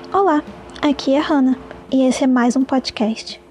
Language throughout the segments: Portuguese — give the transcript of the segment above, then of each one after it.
Olá, aqui é a Hannah e esse é mais um podcast.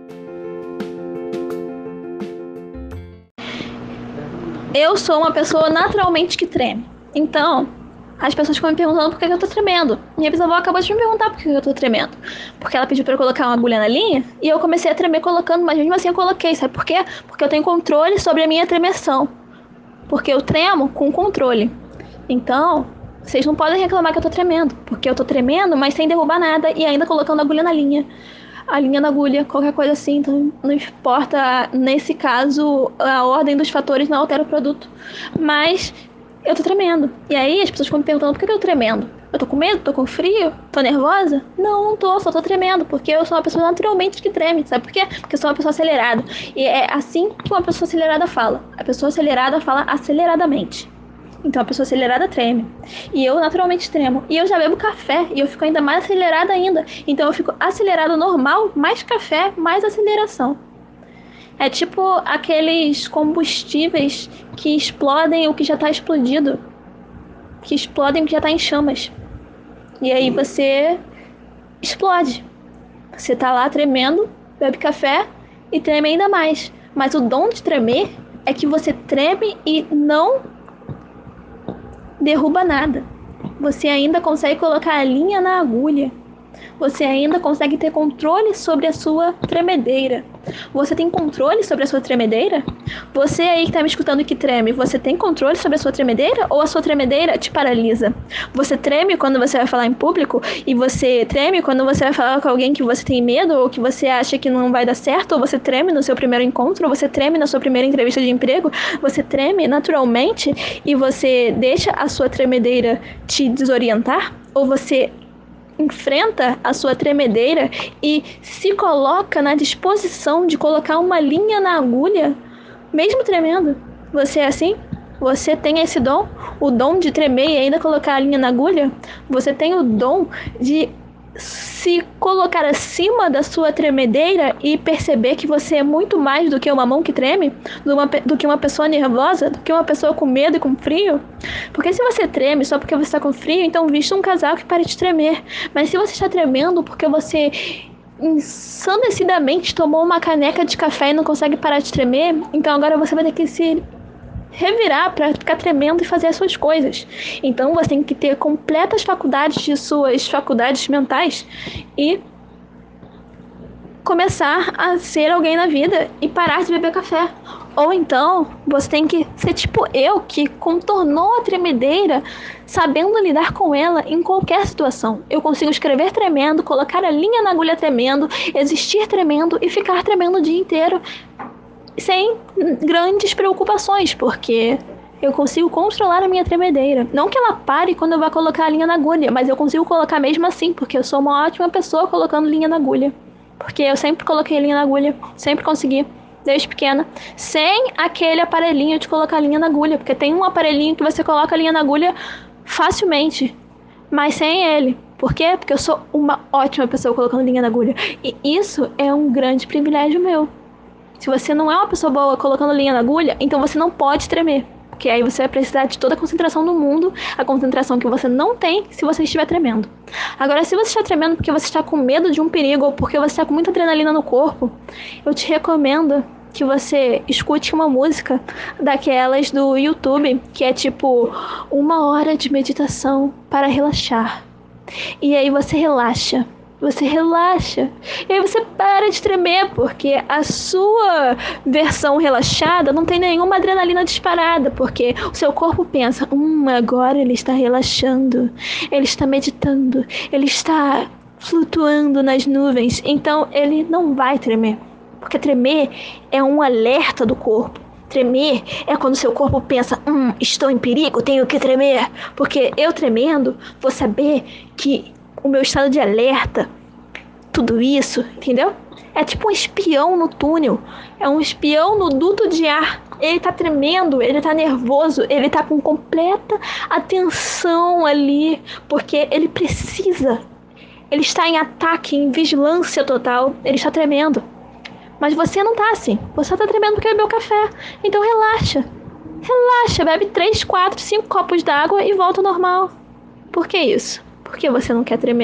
Eu sou uma pessoa naturalmente que treme, então as pessoas ficam me perguntando por que eu tô tremendo. Minha bisavó acabou de me perguntar por que eu tô tremendo, porque ela pediu pra eu colocar uma agulha na linha e eu comecei a tremer colocando, mas mesmo assim eu coloquei, sabe por quê? Porque eu tenho controle sobre a minha tremeção, porque eu tremo com controle. Então, vocês não podem reclamar que eu tô tremendo, porque eu tô tremendo, mas sem derrubar nada e ainda colocando a agulha na linha. A linha na agulha, qualquer coisa assim, então não importa, nesse caso, a ordem dos fatores não altera o produto. Mas eu tô tremendo. E aí as pessoas ficam me perguntando por que eu tô tremendo. Eu tô com medo? Tô com frio? Tô nervosa? Não tô, só tô tremendo, porque eu sou uma pessoa naturalmente que treme, sabe por quê? Porque eu sou uma pessoa acelerada. E é assim que uma pessoa acelerada fala. A pessoa acelerada fala aceleradamente. Então a pessoa acelerada treme. E eu naturalmente tremo. E eu já bebo café. E eu fico ainda mais acelerada ainda. Então eu fico acelerada normal, mais café, mais aceleração. É tipo aqueles combustíveis que explodem o que já tá explodido. Que explodem o que já tá em chamas. E aí você explode. Você tá lá tremendo, bebe café e treme ainda mais. Mas o dom de tremer é que você treme e não derruba nada. Você ainda consegue colocar a linha na agulha. Você ainda consegue ter controle sobre a sua tremedeira. Você tem controle sobre a sua tremedeira? Você aí que tá me escutando que treme, você tem controle sobre a sua tremedeira? Ou a sua tremedeira te paralisa? Você treme quando você vai falar em público? E você treme quando você vai falar com alguém que você tem medo? Ou que você acha que não vai dar certo? Ou você treme no seu primeiro encontro? Ou você treme na sua primeira entrevista de emprego? Você treme naturalmente e você deixa a sua tremedeira te desorientar? Ou você enfrenta a sua tremedeira e se coloca na disposição de colocar uma linha na agulha, mesmo tremendo? Você é assim? Você tem esse dom? O dom de tremer e ainda colocar a linha na agulha? Você tem o dom de se colocar acima da sua tremedeira e perceber que você é muito mais do que uma mão que treme, do que uma pessoa nervosa, do que uma pessoa com medo e com frio? Porque se você treme só porque você está com frio, então vista um casaco e pare de tremer. Mas se você está tremendo porque você ensandecidamente tomou uma caneca de café e não consegue parar de tremer, então agora você vai ter que se revirar para ficar tremendo e fazer as suas coisas. Então você tem que ter completas faculdades de suas faculdades mentais e começar a ser alguém na vida e parar de beber café. Ou então você tem que ser tipo eu, que contornou a tremedeira sabendo lidar com ela em qualquer situação. Eu consigo escrever tremendo, colocar a linha na agulha tremendo, existir tremendo e ficar tremendo o dia inteiro sem grandes preocupações, porque eu consigo controlar a minha tremedeira. Não que ela pare quando eu vá colocar a linha na agulha, mas eu consigo colocar mesmo assim, porque eu sou uma ótima pessoa colocando linha na agulha. Porque eu sempre coloquei linha na agulha, sempre consegui, desde pequena, sem aquele aparelhinho de colocar linha na agulha, porque tem um aparelhinho que você coloca a linha na agulha facilmente, mas sem ele. Por quê? Porque eu sou uma ótima pessoa colocando linha na agulha. E isso é um grande privilégio meu. Se você não é uma pessoa boa colocando linha na agulha, então você não pode tremer. Porque aí você vai precisar de toda a concentração do mundo, a concentração que você não tem se você estiver tremendo. Agora, se você está tremendo porque você está com medo de um perigo ou porque você está com muita adrenalina no corpo, eu te recomendo que você escute uma música daquelas do YouTube, que é tipo 1 hora de meditação para relaxar. E aí você relaxa. Você relaxa. E aí você para de tremer, porque a sua versão relaxada não tem nenhuma adrenalina disparada, porque o seu corpo pensa, agora ele está relaxando, ele está meditando, ele está flutuando nas nuvens, então ele não vai tremer. Porque tremer é um alerta do corpo. Tremer é quando seu corpo pensa, estou em perigo, tenho que tremer. Porque eu tremendo, vou saber que o meu estado de alerta, tudo isso, entendeu? É tipo um espião no túnel, é um espião no duto de ar. Ele tá tremendo, ele tá nervoso, ele tá com completa atenção ali, porque ele precisa. Ele está em ataque, em vigilância total, ele está tremendo. Mas você não tá assim, você tá tremendo porque bebeu café, então relaxa. Relaxa, bebe 3, 4, 5 copos d'água e volta ao normal. Por que isso? Por que você não quer tremer?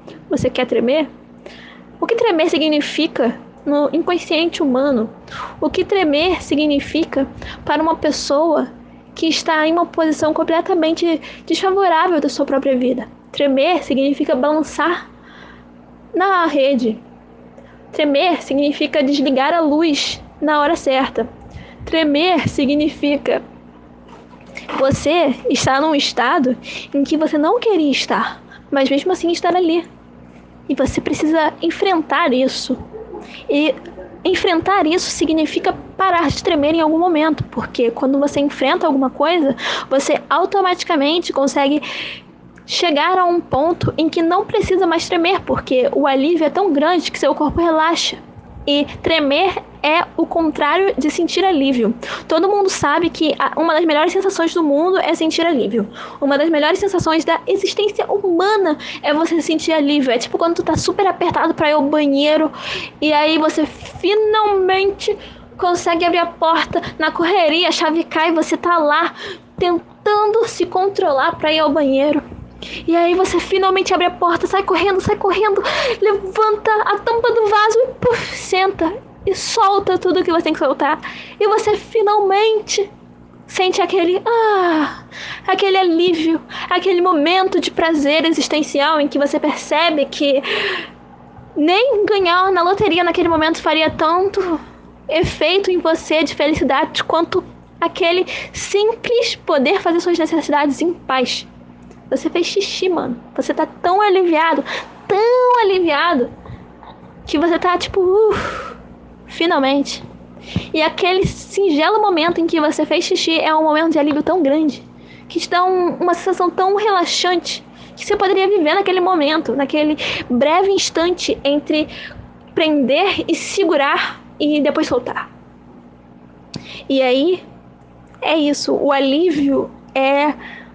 Você quer tremer? O que tremer significa no inconsciente humano? O que tremer significa para uma pessoa que está em uma posição completamente desfavorável da sua própria vida? Tremer significa balançar na rede. Tremer significa desligar a luz na hora certa. Tremer significa você estar num estado em que você não queria estar, mas mesmo assim estar ali. E você precisa enfrentar isso. E enfrentar isso significa parar de tremer em algum momento, porque quando você enfrenta alguma coisa, você automaticamente consegue chegar a um ponto em que não precisa mais tremer, porque o alívio é tão grande que seu corpo relaxa. E tremer é o contrário de sentir alívio. Todo mundo sabe que uma das melhores sensações do mundo é sentir alívio. Uma das melhores sensações da existência humana é você sentir alívio. É tipo quando tu tá super apertado pra ir ao banheiro e aí você finalmente consegue abrir a porta na correria, a chave cai e você tá lá tentando se controlar pra ir ao banheiro. E aí você finalmente abre a porta, sai correndo, levanta a tampa do vaso e puff, senta e solta tudo que você tem que soltar. E você finalmente sente aquele alívio, aquele momento de prazer existencial em que você percebe que nem ganhar na loteria naquele momento faria tanto efeito em você de felicidade quanto aquele simples poder fazer suas necessidades em paz. Você fez xixi, mano. Você tá tão aliviado, que você tá tipo, finalmente. E aquele singelo momento em que você fez xixi é um momento de alívio tão grande, que te dá uma sensação tão relaxante, que você poderia viver naquele momento, naquele breve instante entre prender e segurar e depois soltar. E aí, é isso. O alívio é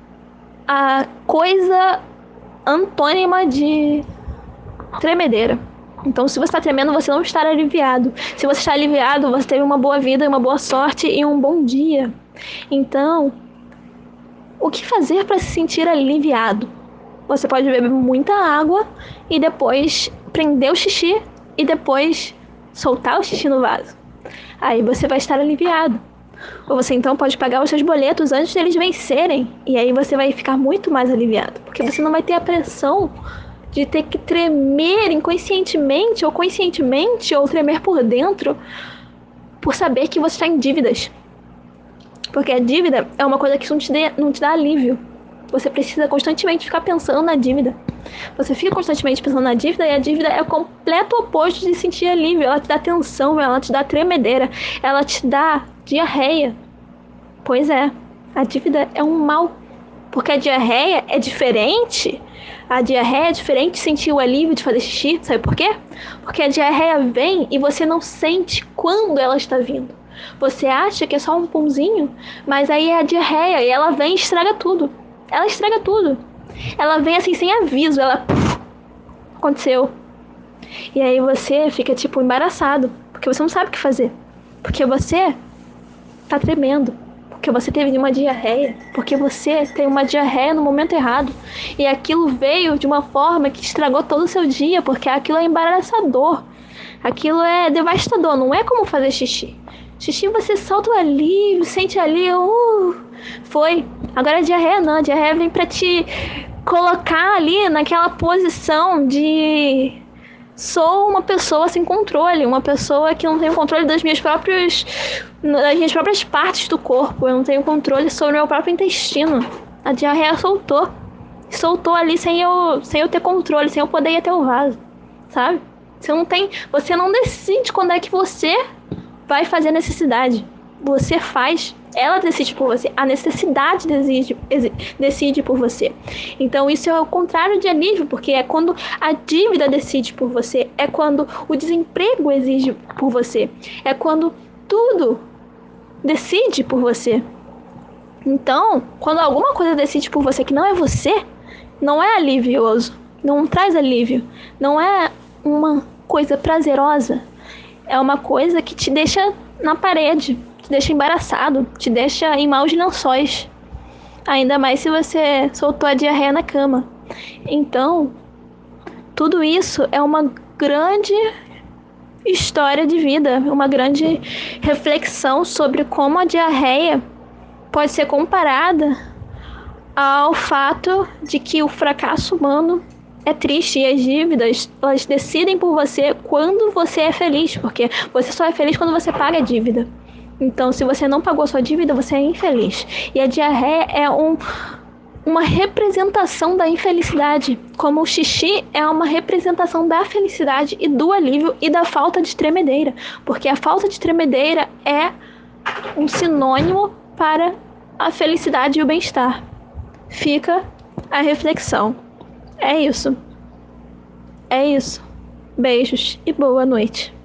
a coisa antônima de tremedeira. Então, se você está tremendo, você não está aliviado. Se você está aliviado, você teve uma boa vida, uma boa sorte e um bom dia. Então, o que fazer para se sentir aliviado? Você pode beber muita água e depois prender o xixi e depois soltar o xixi no vaso. Aí você vai estar aliviado. Ou você então pode pagar os seus boletos antes deles vencerem. E aí você vai ficar muito mais aliviado. Porque você não vai ter a pressão de ter que tremer inconscientemente ou conscientemente, ou tremer por dentro, por saber que você está em dívidas. Porque a dívida é uma coisa que não te dá alívio. Você precisa constantemente ficar pensando na dívida. Você fica constantemente pensando na dívida, e a dívida é o completo oposto de sentir alívio. Ela te dá tensão, ela te dá tremedeira, ela te dá diarreia. Pois é, a dívida é um mal. Porque a diarreia é diferente. A diarreia é diferente de sentir o alívio de fazer xixi. Sabe por quê? Porque a diarreia vem e você não sente quando ela está vindo. Você acha que é só um punzinho, mas aí é a diarreia e ela vem e estraga tudo. Ela estraga tudo. Ela vem assim sem aviso. Ela... aconteceu. E aí você fica tipo embaraçado. Porque você não sabe o que fazer. Porque você tá tremendo. Porque você teve uma diarreia. Porque você tem uma diarreia no momento errado. E aquilo veio de uma forma que estragou todo o seu dia. Porque aquilo é embaraçador. Aquilo é devastador. Não é como fazer xixi. Xixi você solta o alívio, sente ali, foi. Agora a diarreia não, a diarreia vem pra te colocar ali naquela posição de sou uma pessoa sem controle, uma pessoa que não tem o controle das minhas próprias partes do corpo, eu não tenho controle sobre o meu próprio intestino. A diarreia soltou ali sem eu ter controle, sem eu poder ir até o vaso, sabe? Você não decide quando é que você vai fazer a necessidade. Você faz, ela decide por você. A necessidade decide por você. Então isso é o contrário de alívio, porque é quando a dívida decide por você. É quando o desemprego exige por você. É quando tudo decide por você. Então, quando alguma coisa decide por você que não é você, não é alivioso. Não traz alívio. Não é uma coisa prazerosa. É uma coisa que te deixa na parede, te deixa embaraçado, te deixa em maus lençóis. Ainda mais se você soltou a diarreia na cama. Então, Tudo isso é uma grande história de vida, uma grande reflexão sobre como a diarreia pode ser comparada ao fato de que o fracasso humano é triste e as dívidas, elas decidem por você quando você é feliz, porque você só é feliz quando você paga a dívida. Então, se você não pagou sua dívida, você é infeliz. E a diarreia é uma representação da infelicidade, como o xixi é uma representação da felicidade e do alívio e da falta de tremedeira, porque a falta de tremedeira é um sinônimo para a felicidade e o bem-estar. Fica a reflexão. É isso. Beijos e boa noite.